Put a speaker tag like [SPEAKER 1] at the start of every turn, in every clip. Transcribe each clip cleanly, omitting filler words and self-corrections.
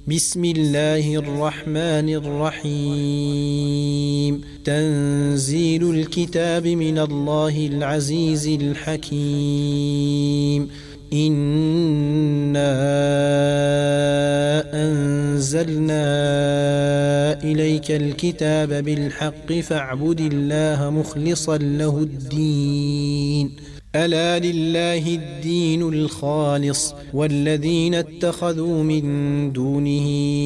[SPEAKER 1] بسم الله الرحمن الرحيم. تنزيل الكتاب من الله العزيز الحكيم. إنا أنزلنا إليك الكتاب بالحق فاعبد الله مخلصا له الدين. ألا لله الدين الخالص والذين اتخذوا من دونه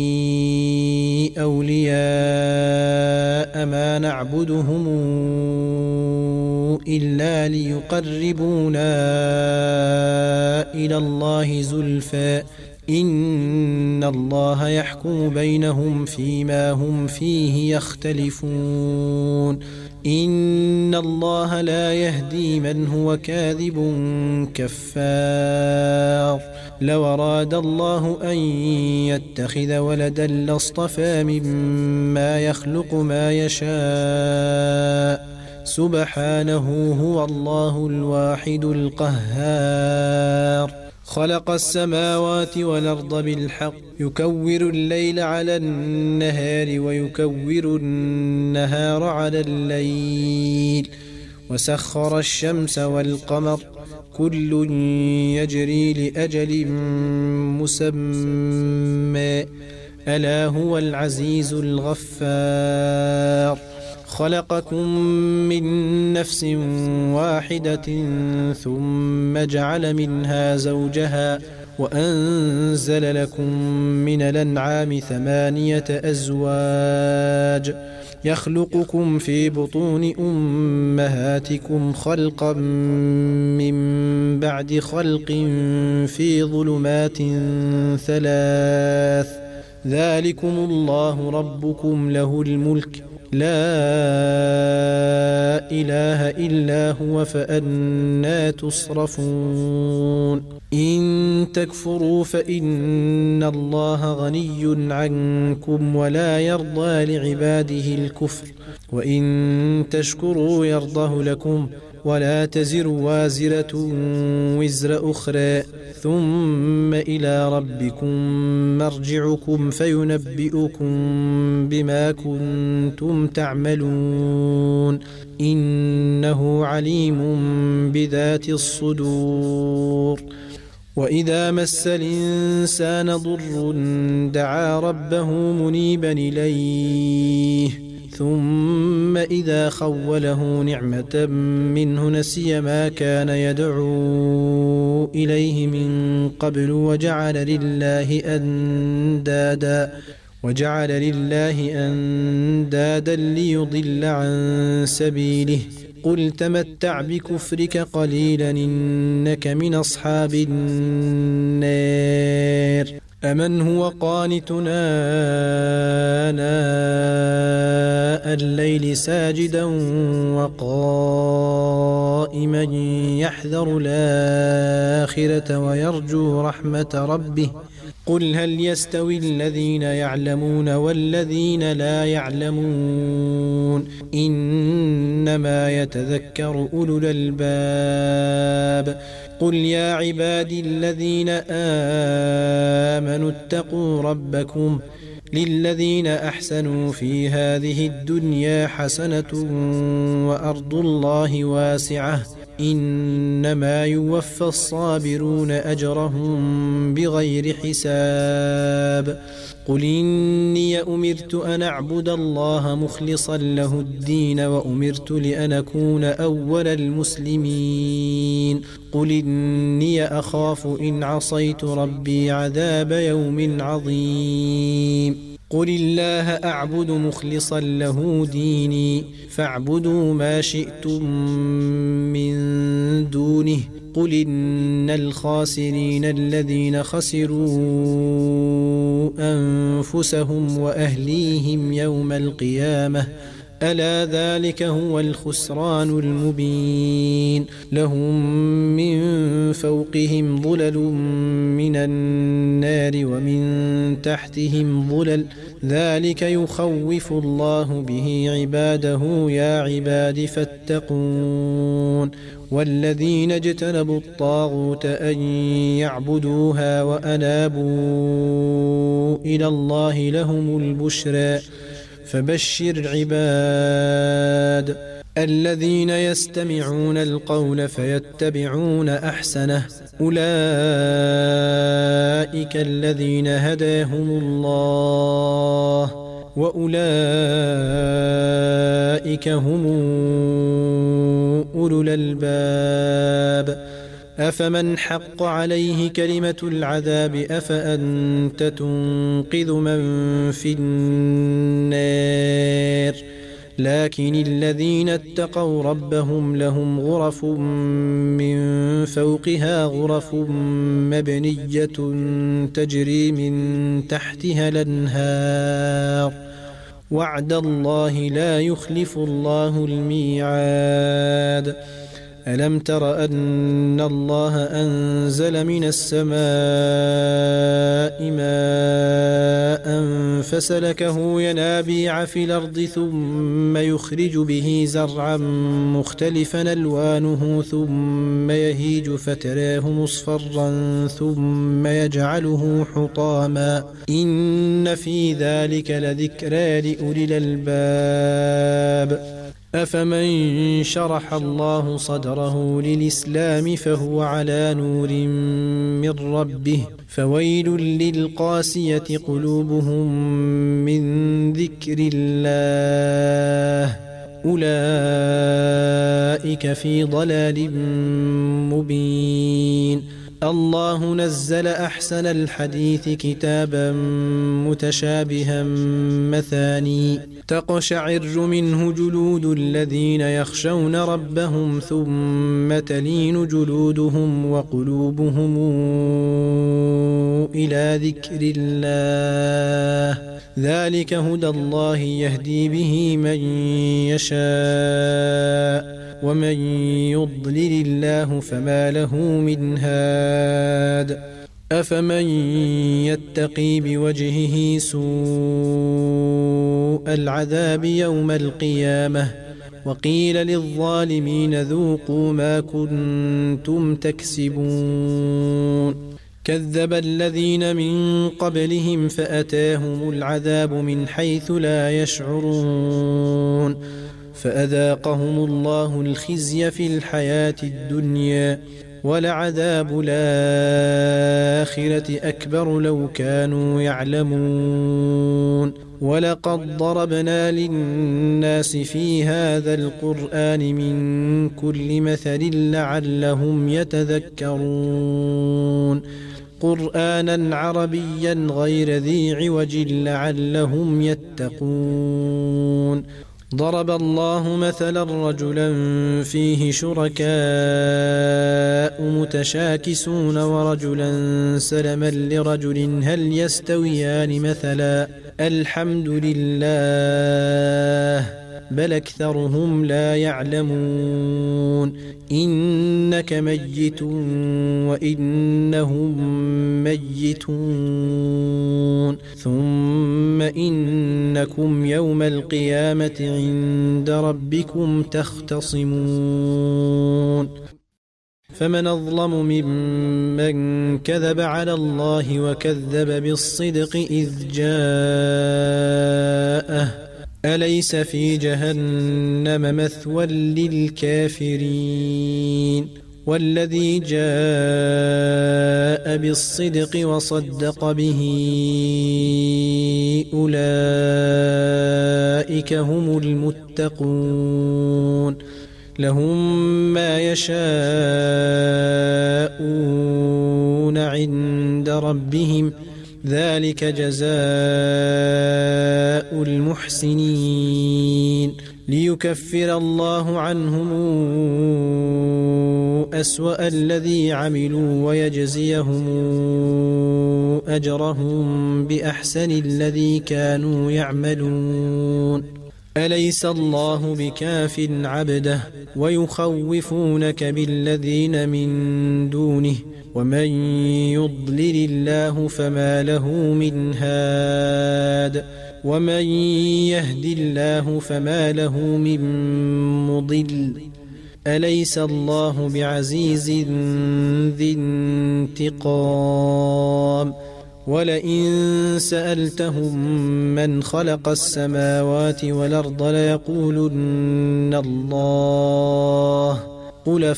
[SPEAKER 1] أولياء ما نعبدهم إلا ليقربونا إلى الله زلفى إن الله يحكم بينهم فيما هم فيه يختلفون. إن الله لا يهدي من هو كاذب كفار. لو أراد الله أن يتخذ ولدا لاصطفى مما يخلق ما يشاء سبحانه هو الله الواحد القهار. خلق السماوات والأرض بالحق يكور الليل على النهار ويكور النهار على الليل وسخر الشمس والقمر كل يجري لأجل مسمى ألا هو العزيز الغفار. خلقكم من نفس واحدة ثم جعل منها زوجها وأنزل لكم من الأنعام 8 أزواج يخلقكم في بطون أمهاتكم خلقا من بعد خلق في ظلمات 3 ذلكم الله ربكم له الملك لا إله إلا هو فأنى تصرفون. إن تكفروا فإن الله غني عنكم ولا يرضى لعباده الكفر وإن تشكروا يرضه لكم ولا تزر وازرة وزر أخرى ثم إلى ربكم مرجعكم فينبئكم بما كنتم تعملون إنه عليم بذات الصدور. وإذا مس الإنسان ضر دعا ربه منيبا إليه ثم إذا خوله نعمة منه نسي ما كان يدعو إليه من قبل وجعل لله أندادا ليضل عن سبيله قل تمتع بكفرك قليلا إنك من أصحاب النار. أمن هو قانتنا آناء الليل ساجدا وقائما يحذر الآخرة ويرجو رحمة ربه قل هل يستوي الذين يعلمون والذين لا يعلمون إنما يتذكر أولو الألباب. قل يا عبادي الذين آمنوا اتقوا ربكم للذين أحسنوا في هذه الدنيا حسنة وأرض الله واسعة إنما يوفى الصابرون أجرهم بغير حساب. قل إني أمرت أن أعبد الله مخلصا له الدين وأمرت لأن أكون أول المسلمين. قل إني أخاف إن عصيت ربي عذاب يوم عظيم. قل الله أعبد مخلصا له ديني فاعبدوا ما شئتم من دونه قل إن الخاسرين الذين خسروا أنفسهم وأهليهم يوم القيامة ألا ذلك هو الخسران المبين لهم من فوقهم ظلل من النار ومن تحتهم ظلل ذلك يخوف الله به عباده يا عباد فاتقون والذين اجتنبوا الطاغوت أن يعبدوها وأنابوا إلى الله لهم البشرى فبشر عباد الذين يستمعون القول فيتبعون أحسنه أولئك الذين هداهم الله وأولئك هم أولو الألباب أفمن حق عليه كلمة العذاب أفأنت تنقذ من في النار لكن الذين اتقوا ربهم لهم غرف من فوقها غرف مبنية تجري من تحتها الأنهار وعد الله لا يخلف الله الميعاد ألم تر أن الله أنزل من السماء ماء فسلكه ينابيع في الأرض ثم يخرج به زرعا مختلفا ألوانه ثم يهيج فتراه مصفرا ثم يجعله حطاما إن في ذلك لذكرى لأولي الألباب أفمن شرح الله صدره للإسلام فهو على نور من ربه فويل للقاسية قلوبهم من ذكر الله أولئك في ضلال مبين الله نزل أحسن الحديث كتابا متشابها مثاني تقشعر منه جلود الذين يخشون ربهم ثم تلين جلودهم وقلوبهم إلى ذكر الله ذلك هدى الله يهدي به من يشاء ومن يضلل الله فما له من هاد أفمن يتقي بوجهه سوء العذاب يوم القيامة وقيل للظالمين ذوقوا ما كنتم تكسبون كذب الذين من قبلهم فأتاهم العذاب من حيث لا يشعرون فأذاقهم الله الخزي في الحياة الدنيا ولعذاب الآخرة أكبر لو كانوا يعلمون ولقد ضربنا للناس في هذا القرآن من كل مثل لعلهم يتذكرون قرآنا عربيا غير ذي عوج لعلهم يتقون ضرب الله مثلا رجلا فيه شركاء متشاكسون ورجلا سلما لرجل هل يستويان مثلا الحمد لله بل أكثرهم لا يعلمون إنك ميت وإنهم ميتون ثم إنكم يوم القيامة عند ربكم تختصمون فمن أظلم ممن كذب على الله وكذب بالصدق إذ جاءه أليس في جهنم مثوى للكافرين والذي جاء بالصدق وصدق به أولئك هم المتقون لهم ما يشاءون عند ربهم ذلك جزاء المحسنين ليكفر الله عنهم أسوأ الذي عملوا ويجزيهم أجرهم بأحسن الذي كانوا يعملون أليس الله بكاف عبده ويخوفونك بالذين من دونه ومن يضلل الله فما له من هاد ومن يهد الله فما له من مضل أليس الله بعزيز ذي انتقام ولئن سألتهم من خلق السماوات والأرض ليقولن الله قل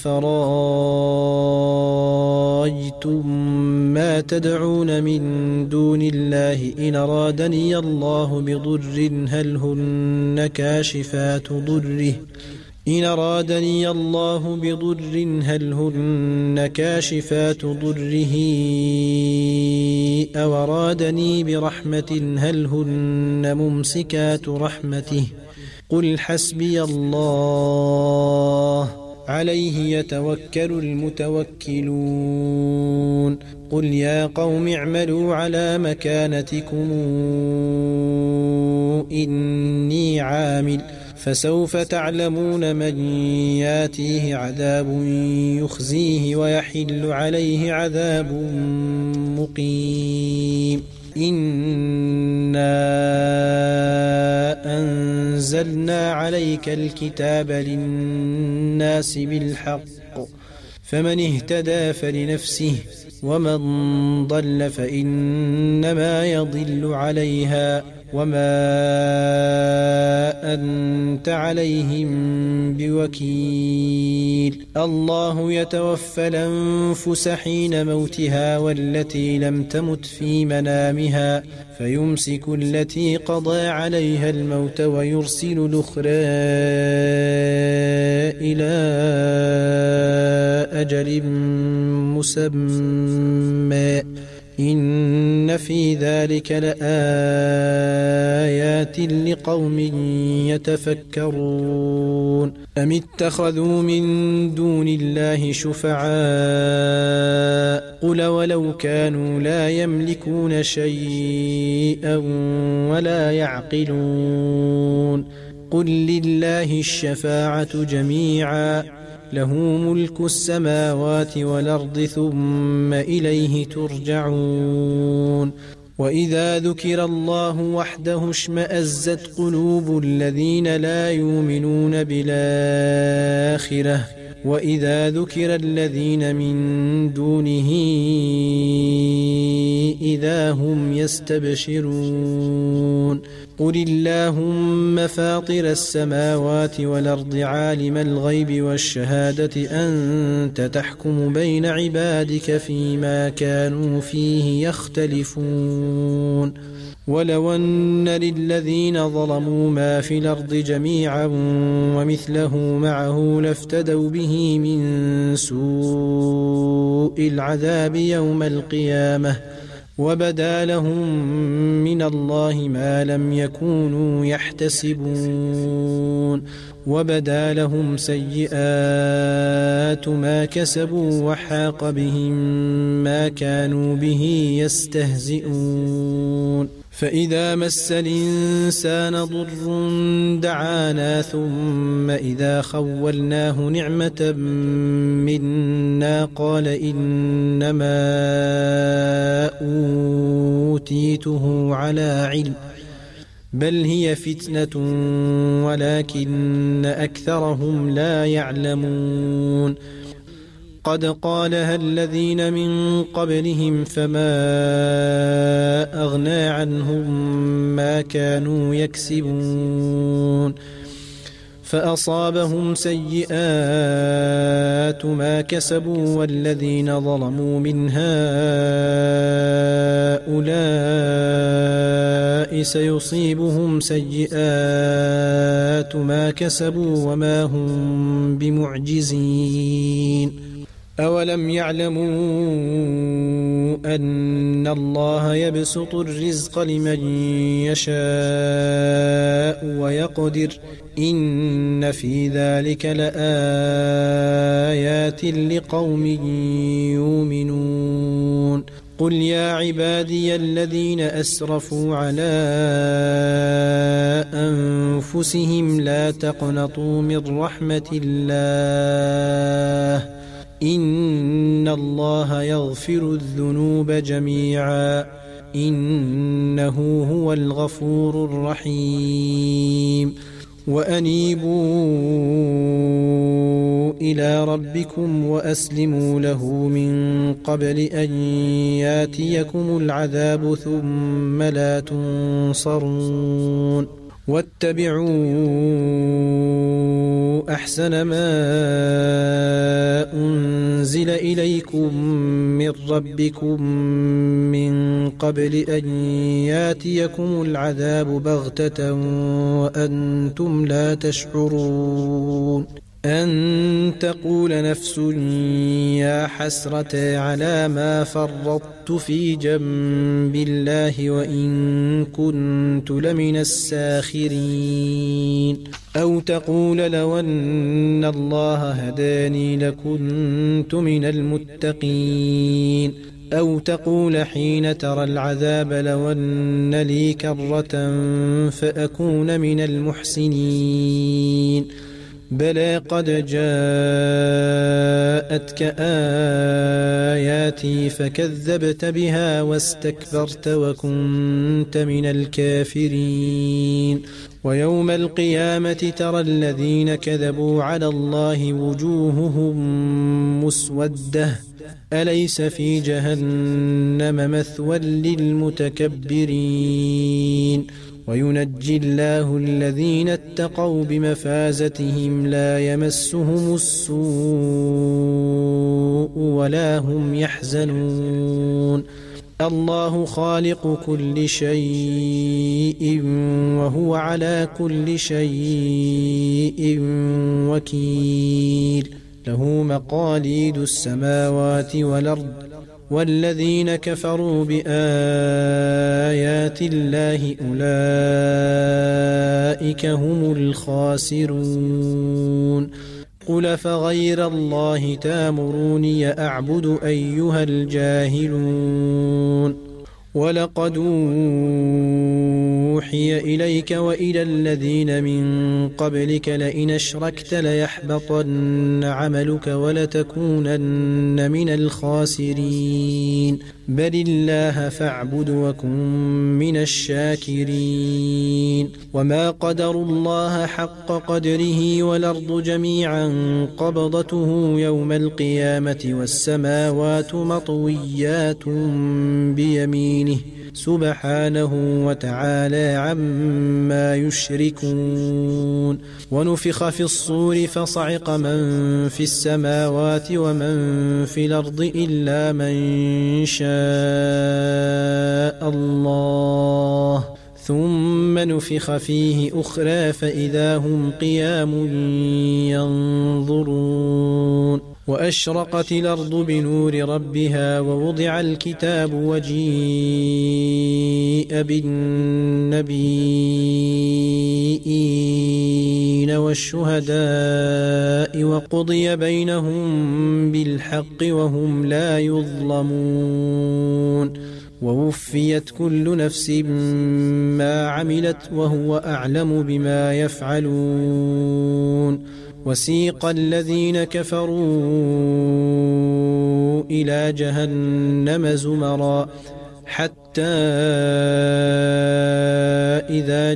[SPEAKER 1] فرأيتم ما تدعون من دون الله إن أرادني الله بضر هل هن كاشفات ضره إن أرادني الله بضر هل هن كاشفات ضره أو أرادني برحمة هل هن ممسكات رحمته قل حسبي الله عليه يتوكل المتوكلون قل يا قوم اعملوا على مكانتكم إني عامل فسوف تعلمون من ياتيه عذاب يخزيه ويحل عليه عذاب مقيم إنا أنزلنا عليك الكتاب للناس بالحق فمن اهتدى فلنفسه ومن ضل فإنما يضل عليها وما أنت عليهم بوكيل الله يتوفى الأنفس حين موتها والتي لم تمت في منامها فيمسك التي قضى عليها الموت ويرسل الأخرى إلى أجل مسمى إن في ذلك لآيات لقوم يتفكرون أم اتخذوا من دون الله شفعاء قل ولو كانوا لا يملكون شيئا ولا يعقلون قل لله الشفاعة جميعا له ملك السماوات والأرض ثم إليه ترجعون وإذا ذكر الله وحده اشمأزت قلوب الذين لا يؤمنون بالآخرة وإذا ذكر الذين من دونه إذا هم يستبشرون قل اللهم فاطر السماوات والأرض عالم الغيب والشهادة أنت تحكم بين عبادك فيما كانوا فيه يختلفون ولو أن للذين ظلموا ما في الأرض جميعا ومثله معه لافتدوا به من سوء العذاب يوم القيامة وبدا لهم من الله ما لم يكونوا يحتسبون وبدا لهم سيئات ما كسبوا وحاق بهم ما كانوا به يستهزئون فإذا مس الإنسان ضر دعانا ثم إذا خولناه نعمة منا قال إنما أوتيته على علم بل هي فتنة ولكن أكثرهم لا يعلمون قد قالها الذين من قبلهم فما أغنى عنهم ما كانوا يكسبون فأصابهم سيئات ما كسبوا والذين ظلموا من هؤلاء سيصيبهم سيئات ما كسبوا وما هم بمعجزين أولم يعلموا أن الله يبسط الرزق لمن يشاء ويقدر إن في ذلك لآيات لقوم يؤمنون قل يا عبادي الذين أسرفوا على أنفسهم لا تقنطوا من رحمة الله إن الله يغفر الذنوب جميعا إنه هو الغفور الرحيم وأنيبوا إلى ربكم وأسلموا له من قبل أن ياتيكم العذاب ثم لا تنصرون واتبعوا أحسن ما أنزل إليكم من ربكم من قبل أن ياتيكم العذاب بغتة وأنتم لا تشعرون أن تقول نفس يا حسرة على ما فرطت في جنب الله وإن كنت لمن الساخرين أو تقول لو أن الله هداني لكنت من المتقين أو تقول حين ترى العذاب لو أن لي كرة فأكون من المحسنين بلى قد جاءتك آياتي فكذبت بها واستكبرت وكنت من الكافرين ويوم القيامة ترى الذين كذبوا على الله وجوههم مسودة أليس في جهنم مثوى للمتكبرين وينجي الله الذين اتقوا بمفازتهم لا يمسهم السوء ولا هم يحزنون الله خالق كل شيء وهو على كل شيء وكيل له مقاليد السماوات والأرض والذين كفروا بآيات الله أولئك هم الخاسرون قل فغير الله تامروني أعبد أيها الجاهلون ولقد أوحي إليك وإلى الذين من قبلك لئن أشركت ليحبطن عملك ولتكونن من الخاسرين بل الله فاعبد وكن من الشاكرين وما قدروا الله حق قدره والأرض جميعا قبضته يوم القيامة والسماوات مطويات بيمينه سبحانه وتعالى عما يشركون ونفخ في الصور فصعق من في السماوات ومن في الأرض إلا من شاء الله ثم نفخ فيه أخرى فإذا هم قيام ينظرون وأشرقت الأرض بنور ربها ووضع الكتاب وجيء بالنبيين والشهداء وقضي بينهم بالحق وهم لا يظلمون ووفيت كل نفس ما عملت وهو أعلم بما يفعلون وسيق الذين كفروا إلى جهنم زمرا حتى إذا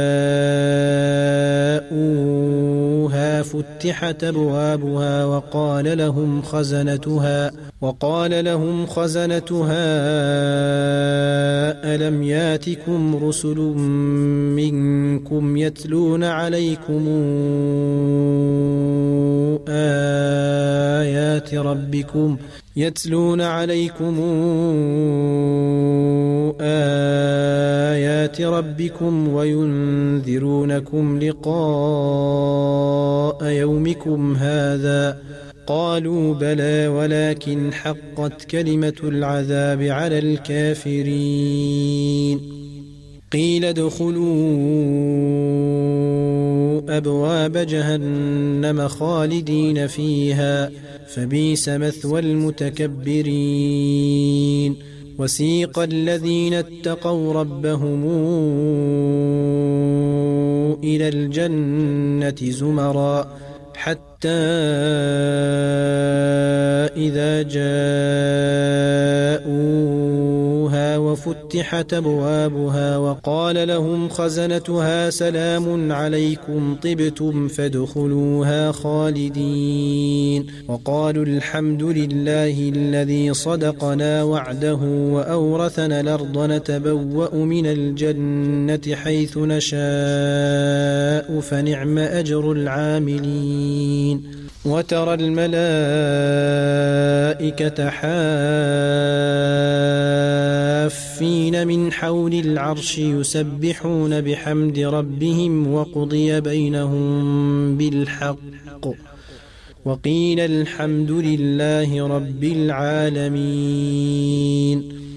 [SPEAKER 1] جاءوها فتحت أبوابها وقال لهم خزنتها ألم ياتكم رسل منكم يتلون عليكم آيات ربكم وينذرونكم لقاء يومكم هذا قالوا بلى ولكن حقت كلمة العذاب على الكافرين قيل ادخلوا أبواب جهنم خالدين فيها فبئس مثوى المتكبرين وسيق الذين اتقوا ربهم إلى الجنة زمرا حتى إذا جاءوها وفتحت أبوابها وقال لهم خزنتها سلام عليكم طبتم فادخلوها خالدين وقالوا الحمد لله الذي صدقنا وعده وأورثنا الأرض نتبوأ من الجنة حيث نشاء فنعم أجر العاملين وترى الملائكة حافين من حول العرش يسبحون بحمد ربهم وقضي بينهم بالحق وقيل الحمد لله رب العالمين